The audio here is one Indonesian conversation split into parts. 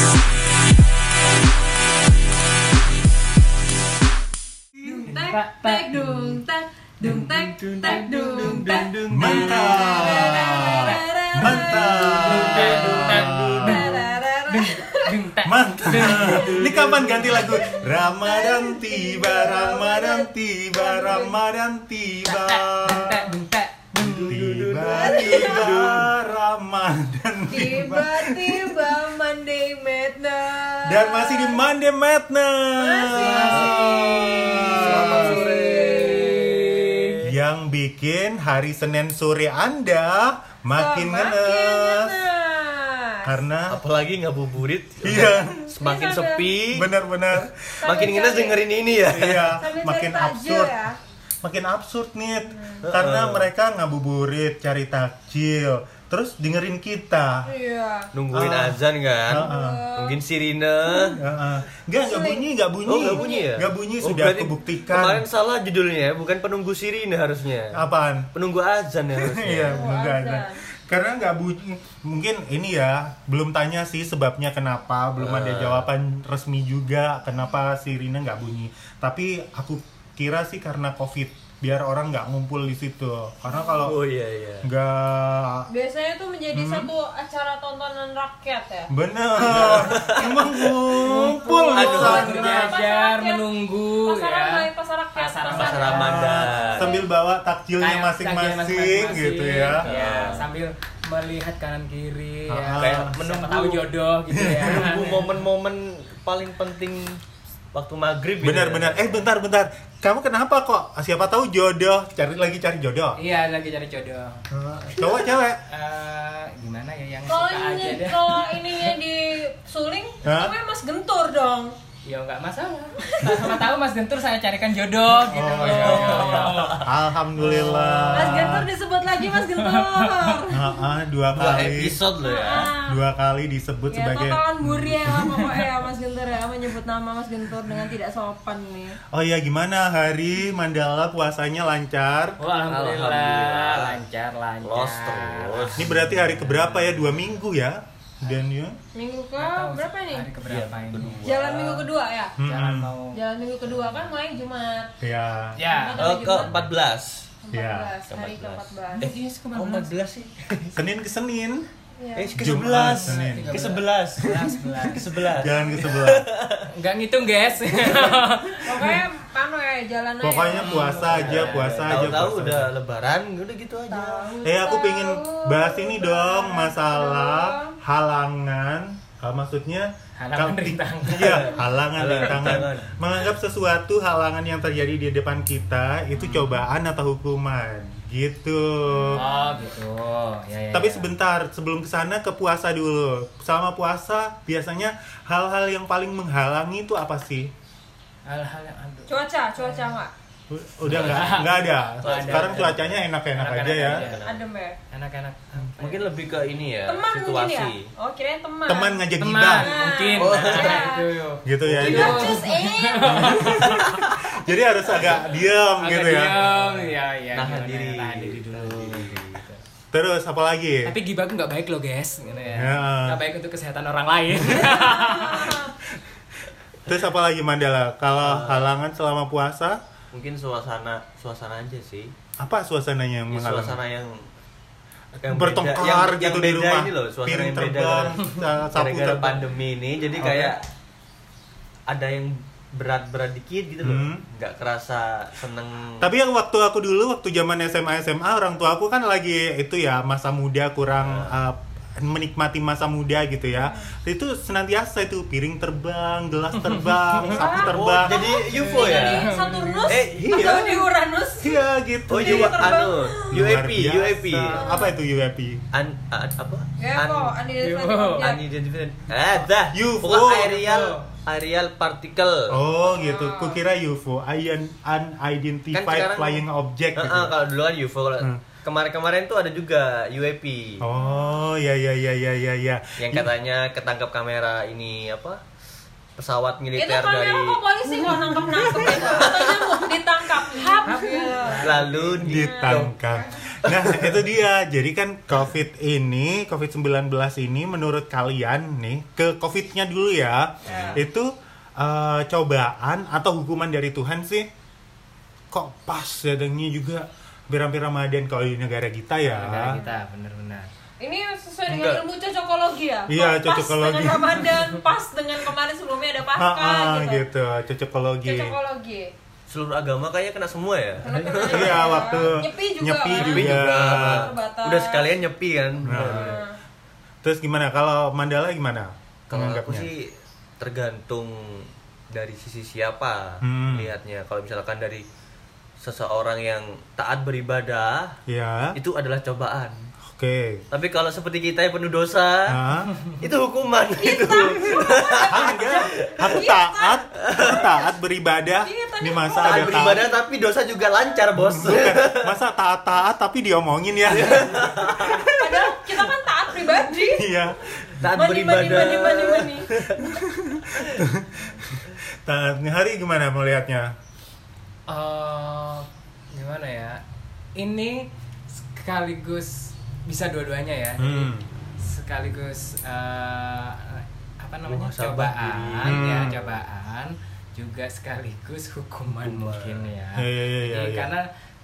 Mantap. Ini kapan ganti lagu? Ramadan tiba, Ramadan tiba, Ramadan tiba. Tiba-tiba Ramadan tiba. Tiba-tiba Monday Madness. Dan masih di Monday Madness. Selamat sore. Yang bikin hari Senin sore Anda makin ngenes. Karena apalagi ngabuburit, iya, semakin sepi, benar-benar makin ngenes dengerin ini ya. iya, Sambil makin cari takjil absurd. ya. Makin absurd nih. Karena mereka ngabuburit, cari takjil, terus dengerin kita. Iya. Nungguin azan kan, mungkin sirine. Enggak bunyi. Oh, nggak bunyi ya? Nggak bunyi, Oh, sudah berarti kebuktikan. Kemarin salah judulnya ya, bukan penunggu sirine harusnya. Apaan? Penunggu azan ya harusnya. Iya, Oh, enggak azan. ada. Karena nggak bunyi, mungkin ini ya, belum tanya sih sebabnya kenapa, belum ada jawaban resmi juga kenapa sirine nggak bunyi. Tapi aku kira sih karena COVID, biar orang nggak ngumpul di situ. Karena kalau Oh iya. nggak Biasanya tuh menjadi satu acara tontonan rakyat ya. bener, emang ngumpul di Aduh, sana. belajar menunggu Pasar ya. ramai, pasar rakyat. Pasar Ramadan. Sambil bawa takjilnya Kayak masing-masing gitu ya. Ya, sambil melihat kanan kiri ya. Kayak Siapa menunggu- tahu jodoh gitu ya. Menunggu momen-momen paling penting waktu maghrib. Benar-benar. Bentar. Kamu kenapa kok? Siapa tahu jodoh. Cari jodoh. Iya, lagi cari jodoh. Cowok cewek? Gimana ya yang Kalau suka aja deh. kalau ininya disuling, Hah? namanya Mas Gentur dong. Ya enggak masalah. Sama tahu Mas Gentur saya carikan jodoh gitu. Oh, iya. Alhamdulillah. Mas Gentur disebut lagi Mas Gentur. Dua Dua kali. episode loh ya. Dua kali disebut Ya, sebagai. totalan buri ya pokoknya ya Mas Gentur ya, menyebut nama Mas Gentur dengan tidak sopan nih. Oh iya, gimana hari Mandala puasanya lancar? Oh, alhamdulillah. Alhamdulillah. Lancar. Los terus. Ini berarti hari keberapa ya? 2 minggu ya? Dan ya? Minggu ke Nggak tahu berapa nih? Hari keberapa ini? Jalan minggu kedua ya? Jalan Hmm. mau. Jalan minggu kedua kan mulai Jumat. Ya. Ya. Ke-14. 14, Ya. hari ke-14. Yes, Oh, 14 sih. Senin ke Senin. Ya. Jumat, ke-11. Senin. Ke-11. Ke-11. Jalan ke sebelah. Enggak ngitung, guys. Pokoknya pano ya, jalan aja. Pokoknya puasa aja. Tahu-tahu puasa udah aja. lebaran, udah gitu aja. Aku pengen bahas ini dong, masalah halangan. Maksudnya Halangan kalau- rintangan. Iya, halangan Halangan rintangan. rintangan. Menganggap sesuatu halangan yang terjadi di depan kita itu cobaan atau hukuman, gitu. Oh, gitu. Ya. Tapi sebentar, sebelum ke sana ke puasa dulu. Selama puasa biasanya hal-hal yang paling menghalangi itu apa sih? Hal-hal yang aduh. Cuaca nggak? Udah nggak ada. Oh, ada, Sekarang ada. cuacanya enak-enak aja ya. Adem ya? Enak-enak. Mungkin lebih ke ini ya, Teman mungkin ya? situasi. Oh, kirain teman. Teman ngajak Teman gibah, mungkin. Oh. Nah, itu yuk. gitu ya. You Iya. just in. Jadi harus agak diam Agak gitu ya. diam, ya. Nahan gimana, diri. Nahan diri dulu. Gitu. Terus apa lagi? Tapi gibah tuh nggak baik loh, guys. Gitu ya. Ya. Nggak baik untuk kesehatan orang lain. Terus apa lagi Mandala? Kalau halangan selama puasa, Mungkin suasana aja sih. apa suasananya yang Ya, menghalangi? suasana yang Bertengkar yang gitu di beda rumah. ini loh, suasana Piring yang beda terbang, sapu gara-gara terbang. pandemi ini. Jadi Oke. kayak ada yang berat-berat dikit gitu loh. Hmm. Nggak kerasa seneng. Tapi yang waktu aku dulu, waktu zaman SMA, orang tua aku kan lagi itu ya, masa muda kurang menikmati masa muda gitu ya. Itu senantiasa itu piring terbang, gelas terbang, sapu terbang. Oh, jadi UFO ya? Jadi Saturnus iya. atau di Uranus? Iya gitu. Oh, Jadi terbang. Luar UAP, biasa. UAP. Apa itu UAP? Apa? Ya kok, Unidentified. Dah. UFO. Pokoknya aerial particle. Oh gitu. Kukira UFO, unidentified Kan sekarang- flying object gitu. Kalau dulu kan UFO. Kalau kemarin-kemarin tuh ada juga UAP. Oh, ya. Yang katanya ketangkap kamera ini apa? Pesawat Itu militer kamera dari kok polisi kok nangkep itu. Katanya mau ditangkap. Hap. lalu Ditangkap. Nah, itu dia. Jadi kan COVID-19 ini menurut kalian nih, ke COVID-nya dulu ya. Itu cobaan atau hukuman dari Tuhan sih? Kok pas jadinya juga hampir Ramadan kalau di negara kita ya. Negara kita benar-benar. Ini sesuai dengan ilmu cocokologi ya? Iya, Pas cocokologi. dengan Ramadan, pas dengan kemarin sebelumnya ada Paskah gitu. Cocokologi. Cocokologi. Seluruh agama kayaknya kena semua ya. Iya, waktu Nyepi juga nyepi kan? juga. Terbatas. Udah sekalian nyepi kan. Nah, Terus gimana? Kalau Mandala gimana? Kalau aku menganggapnya? sih tergantung dari sisi siapa lihatnya. Kalau misalkan dari seseorang yang taat beribadah, Ya. itu adalah cobaan. Oke. Tapi kalau seperti kita yang penuh dosa, Hah? itu hukuman gitu. Enggak. Aku taat beribadah di masa Taat ada beribadah tapi dosa juga lancar, Bos. Bukan. Masa taat tapi diomongin ya. padahal kita kan taat pribadi. Iya. Taat Mani. beribadah. Taat. Hari gimana melihatnya? Gimana ya? Ini sekaligus bisa dua-duanya ya. Jadi sekaligus apa namanya? Muhasabah cobaan diri. ya, cobaan juga sekaligus hukuman mungkin ya. Iya. Jadi karena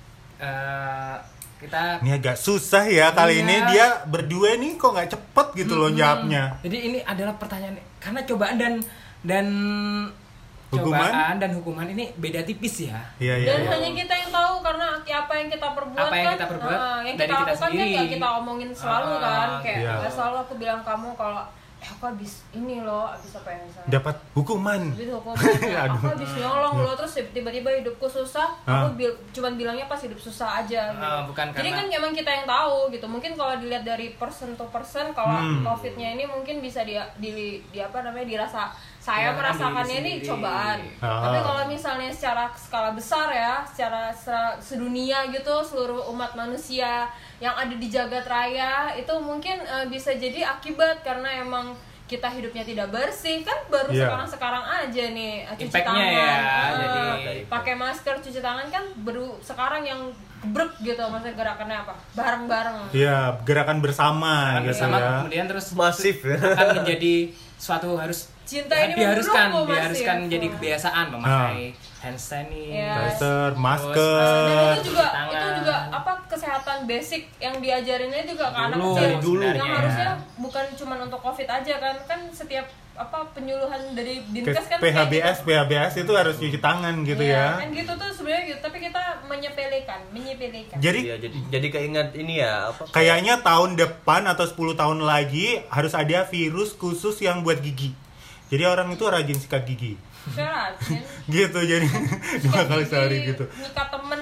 kita Ini agak susah ya kali Iya. ini dia berdua nih kok nggak cepet gitu loh jawabnya. Jadi ini adalah pertanyaan karena cobaan dan Hukuman? cobaan dan hukuman ini beda tipis ya. Iya. Dan hanya kita yang tahu karena apa yang kita perbuat Apa yang kan, kita perbuat yang dari kita kita lakukan kan sendiri. nggak kita omongin selalu kan, kayak Iya. nggak selalu aku bilang kamu kalau aku habis ini loh, habis apa yang misalnya Dapat hukuman. habis hukumannya, Aduh. aku habis nyolong loh, terus tiba-tiba hidupku susah, aku cuman bilangnya pas hidup susah aja gitu. Bukan Jadi karena kan emang kita yang tahu gitu. Mungkin kalau dilihat dari person to person, kalau COVID-nya ini mungkin bisa di apa namanya dirasa saya Ya, merasakannya diri ini sendiri. cobaan. Ah. Tapi kalau misalnya secara skala besar ya, secara sedunia gitu, seluruh umat manusia yang ada di jagat raya itu mungkin bisa jadi akibat karena emang kita hidupnya tidak bersih kan, baru Iya. sekarang aja nih cuci Impact-nya tangan, ya, jadi pakai masker, cuci tangan kan baru sekarang yang gebrek gitu, maksudnya gerakannya apa bareng-bareng. Iya, gerakan bersama gitu sama ya. kemudian terus Masif ya. akan menjadi suatu harus Cinta ini diharuskan membunuhku, Mas, diharuskan ya. jadi kebiasaan memakai hand Iya. sanitizer. Sanitizer, Dan masker. itu juga tangan. apa kesehatan basic yang diajarinnya juga ke anak Dulu, kecil. dari dulu. Yang sebenarnya. harusnya bukan cuma untuk COVID aja kan setiap apa penyuluhan dari Dinkes kan kayak PHBS itu harus cuci tangan gitu Iya, ya. kan gitu tuh sebenarnya gitu, tapi kita menyepelekan. Jadi Iya, jadi keingat ini ya apa? kayaknya tahun depan atau 10 tahun lagi harus ada virus khusus yang buat gigi. Jadi orang itu rajin sikat gigi. Saya rajin. Gitu jadi 2 kali sehari gitu. Nyikat temen,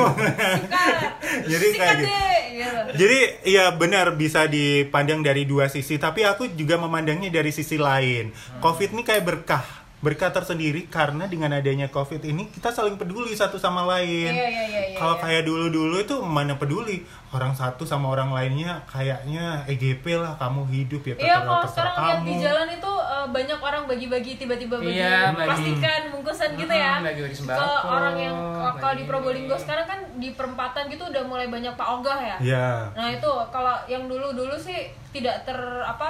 sikat. Jadi sikat kayak gitu. deh, gitu. Jadi ya benar bisa dipandang dari dua sisi, tapi aku juga memandangnya dari sisi lain. Covid ini kayak berkah tersendiri karena dengan adanya Covid ini kita saling peduli satu sama lain. Iya. Kalau iya. kayak dulu itu mana peduli orang satu sama orang lainnya, kayaknya EGP lah, kamu hidup ya Iya, kalau terserah sekarang lihat kamu. di jalan itu banyak orang bagi-bagi tiba-tiba bagi Iya, bagi. plastikan bungkusan gitu ya. Bagi-bagi Ke sembako, orang yang kalau di bagi- Probolinggo sekarang kan di perempatan gitu udah mulai banyak Pak Ogah ya. Iya. Nah, itu kalau yang dulu sih tidak ter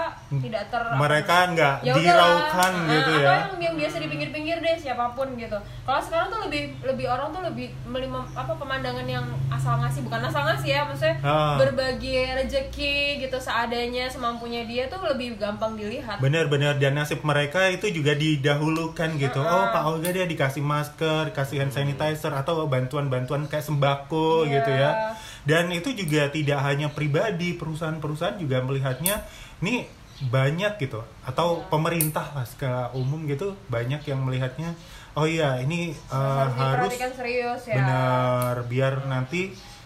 Mereka nggak Ya udahlah. diraukan gitu Atau ya. yang biasa di pinggir-pinggir deh siapapun gitu. Kalau sekarang tuh lebih orang tuh lebih pemandangan yang asal ngasih, bukan asal ngasih ya, maksudnya berbagi rezeki gitu seadanya semampunya dia tuh lebih gampang dilihat. Bener-bener, dan nasib mereka itu juga didahulukan gitu. Oh, Pak Olga dia dikasih masker, kasih hand sanitizer atau bantuan-bantuan kayak sembako Iya. gitu ya. Dan itu juga tidak hanya pribadi, perusahaan-perusahaan juga melihatnya ini banyak gitu, atau pemerintah lah secara umum gitu banyak yang melihatnya. Oh iya, ini harus diperhatikan serius ya. benar biar nanti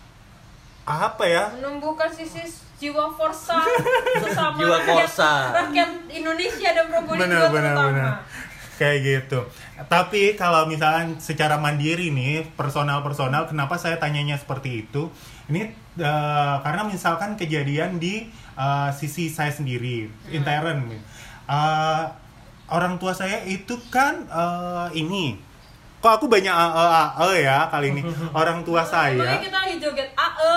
apa ya? Menumbuhkan sisi jiwa forsa sesama Jiwa korsa. rakyat Indonesia dan Probolinggo terutama. Kayak gitu. Tapi kalau misalnya secara mandiri nih, personal, kenapa saya tanyanya seperti itu? Ini karena misalkan kejadian di sisi saya sendiri, intern. Orang tua saya itu kan ini Kok aku banyak ya kali ini. Orang tua saya. Makanya kita lagi joget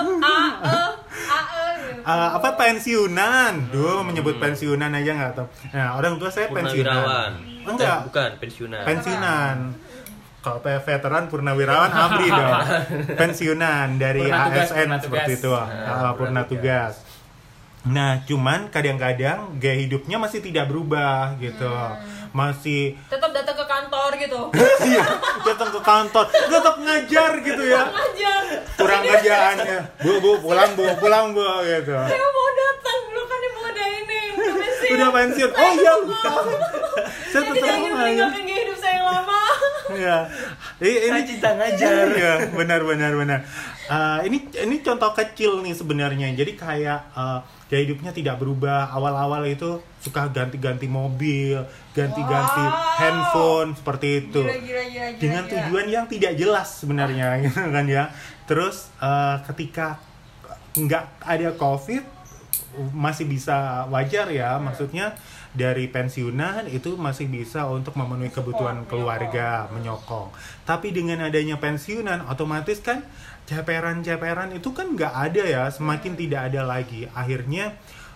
gitu. Pensiunan. Menyebut pensiunan aja nggak tahu. Nah, orang tua saya pensiunan. Purnawirawan. Enggak. Bukan, pensiunan. Pensiunan. Kalau veteran purnawirawan ABRI dong. Pensiunan dari ASN seperti itu. Purna tugas. Nah, cuman kadang-kadang gaya hidupnya masih tidak berubah gitu. Masih tetap datang ke kantor gitu. Iya, datang ke kantor, tetap ngajar gitu ya. Ngajar. Kurang kerjaannya. Bu, pulang bu gitu. Saya mau datang, lu kan ibu udah ini, udah pensiun. Oh iya, lupa. Saya tetap ingin meninggalkan gaya hidup saya yang lama. Iya. Ini cinta ngajar. Iya, benar. Ini contoh kecil nih sebenarnya. Jadi kayak gaya hidupnya tidak berubah. Awal-awal itu suka ganti-ganti mobil, ganti-ganti handphone seperti itu. Gila. Dengan tujuan yang tidak jelas sebenarnya gitu kan ya. Terus ketika nggak ada COVID masih bisa wajar ya, maksudnya dari pensiunan itu masih bisa untuk memenuhi kebutuhan keluarga, menyokong. Tapi dengan adanya pensiunan otomatis kan ceperan itu kan nggak ada ya, semakin tidak ada lagi. Akhirnya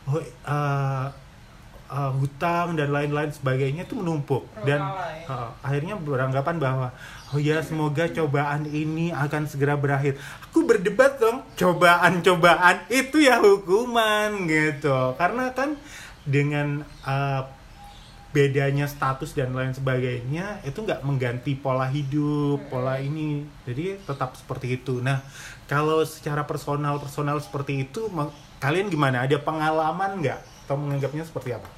hutang dan lain-lain sebagainya itu menumpuk dan akhirnya beranggapan bahwa semoga cobaan ini akan segera berakhir. Aku berdebat dong, cobaan itu ya hukuman gitu, karena kan dengan bedanya status dan lain sebagainya itu nggak mengganti pola hidup, pola ini, jadi tetap seperti itu. Nah, kalau secara personal seperti itu, kalian gimana? Ada pengalaman nggak atau menganggapnya seperti apa?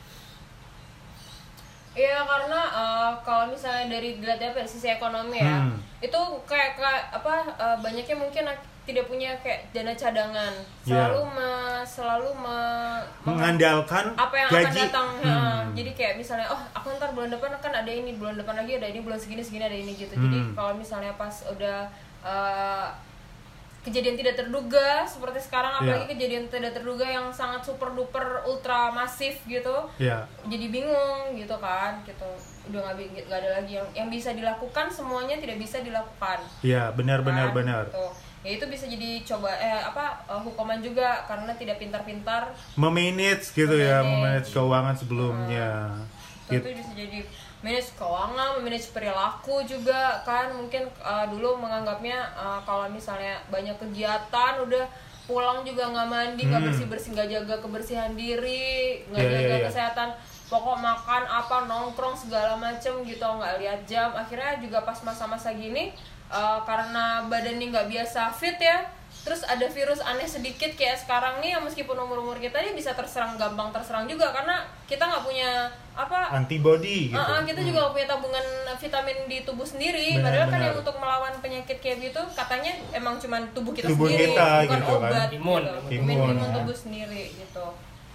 Iya, karena kalau misalnya dari dilihatnya dari sisi ekonomi ya, itu kayak banyaknya mungkin tidak punya kayak dana cadangan, selalu mengandalkan apa yang gaji. akan datang. Jadi kayak misalnya, aku ntar bulan depan kan ada ini, bulan depan lagi ada ini, bulan segini ada ini gitu. Jadi kalau misalnya pas udah kejadian tidak terduga seperti sekarang, apalagi kejadian tidak terduga yang sangat super duper ultra masif gitu, jadi bingung gitu kan, gitu. Udah nggak ada lagi yang bisa dilakukan, semuanya tidak bisa dilakukan. Iya, benar. Gitu. Ya itu bisa jadi hukuman juga karena tidak pintar-pintar memanage keuangan sebelumnya. Itu bisa jadi manage keuangan, manage perilaku juga kan. Mungkin dulu menganggapnya kalau misalnya banyak kegiatan udah pulang juga nggak mandi, nggak bersih-bersih, nggak jaga kebersihan diri, nggak jaga kesehatan, pokok makan nongkrong segala macem gitu, nggak lihat jam. Akhirnya juga pas masa-masa gini karena badannya nggak biasa fit ya, terus ada virus aneh sedikit kayak sekarang nih, yang meskipun umur kita ini bisa gampang terserang juga karena kita nggak punya antibody gitu. Kita juga nggak punya tabungan vitamin di tubuh sendiri. Padahal kan yang untuk melawan penyakit kayak gitu katanya emang cuma tubuh kita sendiri, bukan gitu obat. Kan? Imun tubuh sendiri gitu.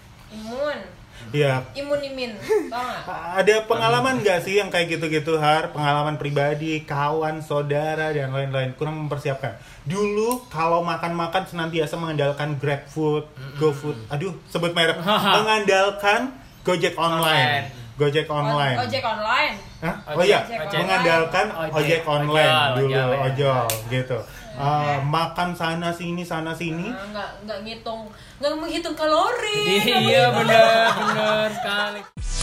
Iya. Imun. Ada pengalaman nggak sih yang kayak gitu-gitu, pengalaman pribadi, kawan, saudara dan lain-lain kurang mempersiapkan. Dulu kalau makan senantiasa mengandalkan GrabFood, GoFood, sebut merek, mengandalkan Gojek online. Ojek online. Hah? Mengandalkan ojek online dulu, ojol gitu. Makan sana sini nggak menghitung kalori. Iya, benar sekali.